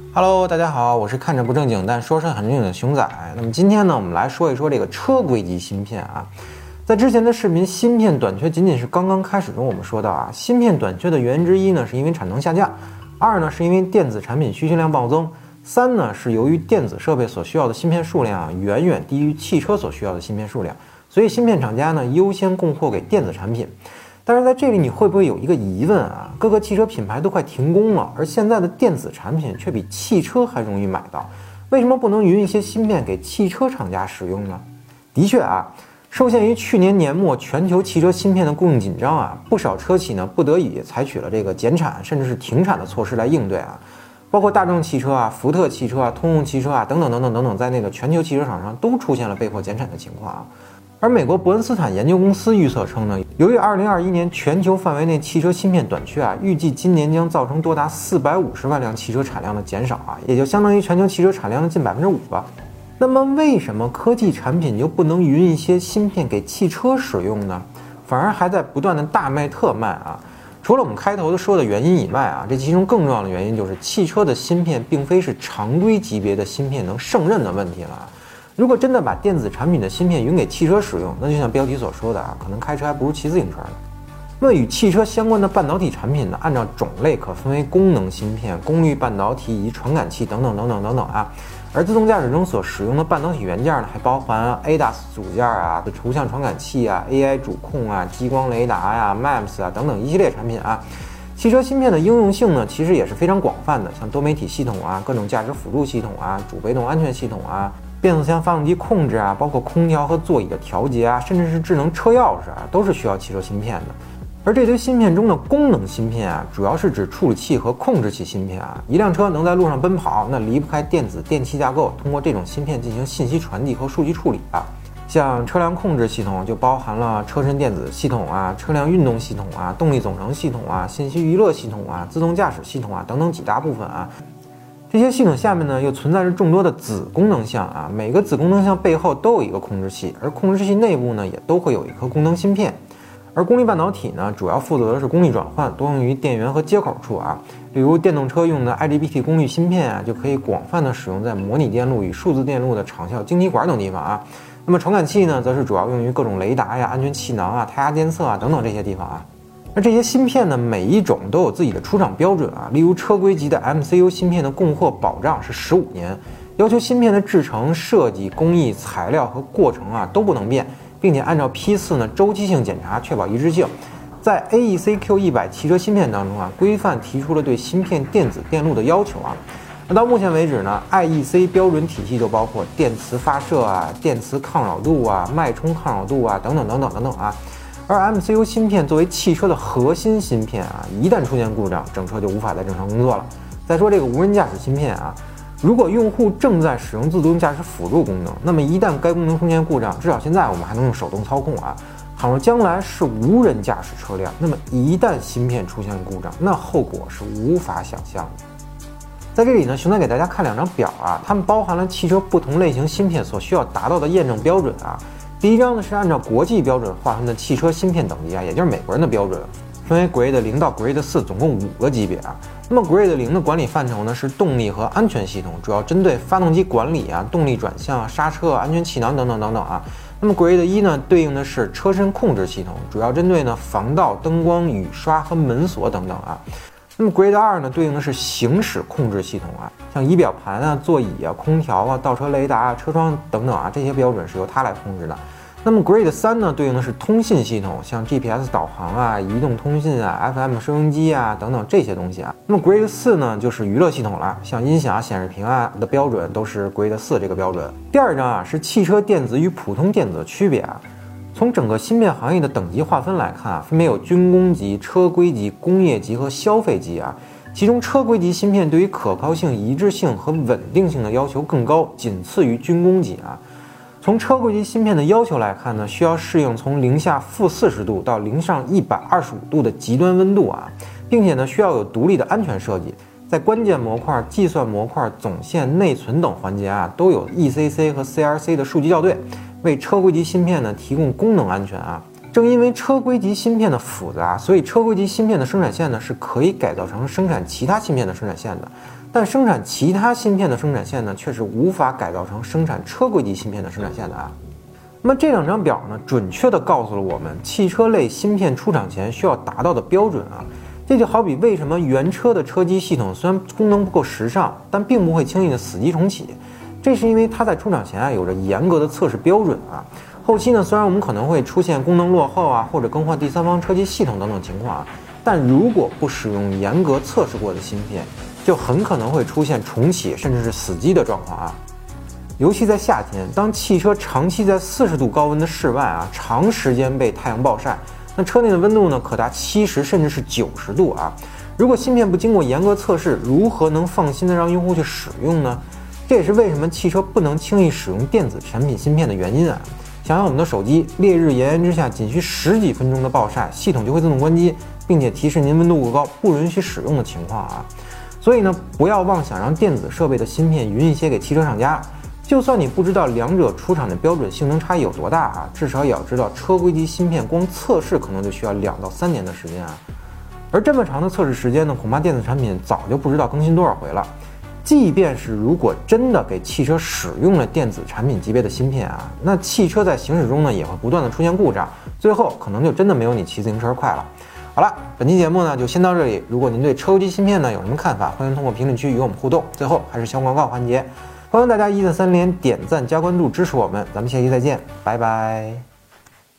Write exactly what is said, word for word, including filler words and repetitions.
Hello， 大家好，我是看着不正经但说事很正经的熊仔。那么今天呢，我们来说一说这个车规级芯片啊。在之前的视频，芯片短缺仅仅是刚刚开始中，我们说到啊，芯片短缺的原因之一呢，是因为产能下降；二呢，是因为电子产品需求量暴增；三呢，是由于电子设备所需要的芯片数量啊，远远低于汽车所需要的芯片数量，所以芯片厂家呢优先供货给电子产品。但是在这里你会不会有一个疑问啊？各个汽车品牌都快停工了，而现在的电子产品却比汽车还容易买到，为什么不能匀一些芯片给汽车厂家使用呢？的确啊，受限于去年年末全球汽车芯片的供应紧张啊，不少车企呢不得已采取了这个减产甚至是停产的措施来应对啊。包括大众汽车啊、福特汽车啊、通用汽车啊等等等等等等，在那个全球汽车厂商都出现了被迫减产的情况啊。而美国伯恩斯坦研究公司预测称呢，由于二零二一年全球范围内汽车芯片短缺啊，预计今年将造成多达四百五十万辆汽车产量的减少啊，也就相当于全球汽车产量的近百分之五吧。那么为什么科技产品就不能匀一些芯片给汽车使用呢？反而还在不断的大卖特卖啊？除了我们开头的说的原因以外啊，这其中更重要的原因就是汽车的芯片并非是常规级别的芯片能胜任的问题了。如果真的把电子产品的芯片匀给汽车使用，那就像标题所说的啊，可能开车还不如骑自行车呢。那么与汽车相关的半导体产品呢，按照种类可分为功能芯片、功率半导体以及传感器等等等等等等啊。而自动驾驶中所使用的半导体元件呢，还包含 A D A S 组件啊、图像传感器啊、A I 主控啊、激光雷达呀、M A P S 啊等等一系列产品啊。汽车芯片的应用性呢，其实也是非常广泛的，像多媒体系统啊、各种驾驶辅助系统啊、主被动安全系统啊、变速箱发动机控制啊，包括空调和座椅的调节啊，甚至是智能车钥匙啊，都是需要汽车芯片的。而这堆芯片中的功能芯片啊，主要是指处理器和控制器芯片啊。一辆车能在路上奔跑，那离不开电子电气架构，通过这种芯片进行信息传递和数据处理啊。像车辆控制系统就包含了车身电子系统啊、车辆运动系统啊、动力总成系统啊、信息娱乐系统啊、自动驾驶系统啊等等几大部分啊。这些系统下面呢，又存在着众多的子功能项啊，每个子功能项背后都有一个控制器，而控制器内部呢，也都会有一颗功能芯片。而功率半导体呢，主要负责的是功率转换，多用于电源和接口处啊。比如电动车用的 I G B T 功率芯片啊，就可以广泛的使用在模拟电路与数字电路的场效晶体管等地方啊。那么传感器呢，则是主要用于各种雷达呀、安全气囊啊、胎压监测啊等等这些地方啊。那这些芯片呢，每一种都有自己的出厂标准啊。例如车规级的 M C U 芯片的供货保障是十五年，要求芯片的制成、设计、工艺、材料和过程啊都不能变，并且按照批次呢周期性检查，确保一致性。在 A E C Q 一百 汽车芯片当中啊，规范提出了对芯片电子电路的要求啊。那到目前为止呢 ，I E C 标准体系就包括电磁发射啊、电磁抗扰度啊、脉冲抗扰度啊等等等等等等啊。而 M C U 芯片作为汽车的核心芯片啊，一旦出现故障，整车就无法再正常工作了。再说这个无人驾驶芯片啊，如果用户正在使用自动驾驶辅助功能，那么一旦该功能出现故障，至少现在我们还能用手动操控啊。倘若将来是无人驾驶车辆，那么一旦芯片出现故障，那后果是无法想象的。在这里呢，熊仔给大家看两张表啊，它们包含了汽车不同类型芯片所需要达到的验证标准啊。第一张呢是按照国际标准划分的汽车芯片等级啊，也就是美国人的标准，分为 Grade 零到 Grade 四，总共五个级别啊。那么 Grade 零的管理范畴呢是动力和安全系统，主要针对发动机管理啊、动力转向、刹车、安全气囊等等等等啊。那么 Grade 一呢对应的是车身控制系统，主要针对呢防盗、灯光、雨刷和门锁等等啊。那么 Grade 二呢对应的是行驶控制系统啊，像仪表盘啊、座椅啊、空调啊、倒车雷达啊、车窗等等啊，这些标准是由它来控制的。那么 Grade 三呢对应的是通信系统，像 G P S 导航啊、移动通信啊、F M 收音机啊等等这些东西啊。那么 Grade 四呢就是娱乐系统了，像音响、显示屏啊的标准都是 Grade 四这个标准。第二章啊是汽车电子与普通电子的区别啊。从整个芯片行业的等级划分来看啊，分别有军工级、车规级、工业级和消费级啊。其中车规级芯片对于可靠性、一致性和稳定性的要求更高，仅次于军工级啊。从车规级芯片的要求来看呢，需要适应从零下负四十度到零上一百二十五度的极端温度啊，并且呢需要有独立的安全设计。在关键模块、计算模块、总线、内存等环节啊，都有 E C C 和 C R C 的数据校对，为车规级芯片呢提供功能安全啊。正因为车规级芯片的复杂，所以车规级芯片的生产线呢是可以改造成生产其他芯片的生产线的。 但生产其他芯片的生产线呢，却是无法改造成生产车规级芯片的生产线的啊。那么这两张表呢，准确地告诉了我们汽车类芯片出厂前需要达到的标准啊。这就好比为什么原车的车机系统虽然功能不够时尚，但并不会轻易的死机重启，这是因为它在出厂前啊有着严格的测试标准啊。后期呢，虽然我们可能会出现功能落后啊，或者更换第三方车机系统等等情况啊，但如果不使用严格测试过的芯片，就很可能会出现重启甚至是死机的状况啊。尤其在夏天，当汽车长期在四十度高温的室外啊，长时间被太阳暴晒，那车内的温度呢可达七十甚至是九十度啊。如果芯片不经过严格测试，如何能放心的让用户去使用呢？这也是为什么汽车不能轻易使用电子产品芯片的原因啊。想想我们的手机，烈日炎炎之下，仅需十几分钟的暴晒，系统就会自动关机，并且提示您温度过高，不允许使用的情况啊。所以呢，不要妄想让电子设备的芯片匀一些给汽车厂家。就算你不知道两者出厂的标准性能差异有多大啊，至少也要知道车规级芯片光测试可能就需要两到三年的时间啊。而这么长的测试时间呢，恐怕电子产品早就不知道更新多少回了。即便是如果真的给汽车使用了电子产品级别的芯片啊，那汽车在行驶中呢也会不断的出现故障，最后可能就真的没有你骑自行车快了。好了，本期节目呢就先到这里。如果您对车规级芯片呢有什么看法，欢迎通过评论区与我们互动。最后还是小广告环节，欢迎大家一键三连、点赞加关注支持我们，咱们下期再见，拜拜。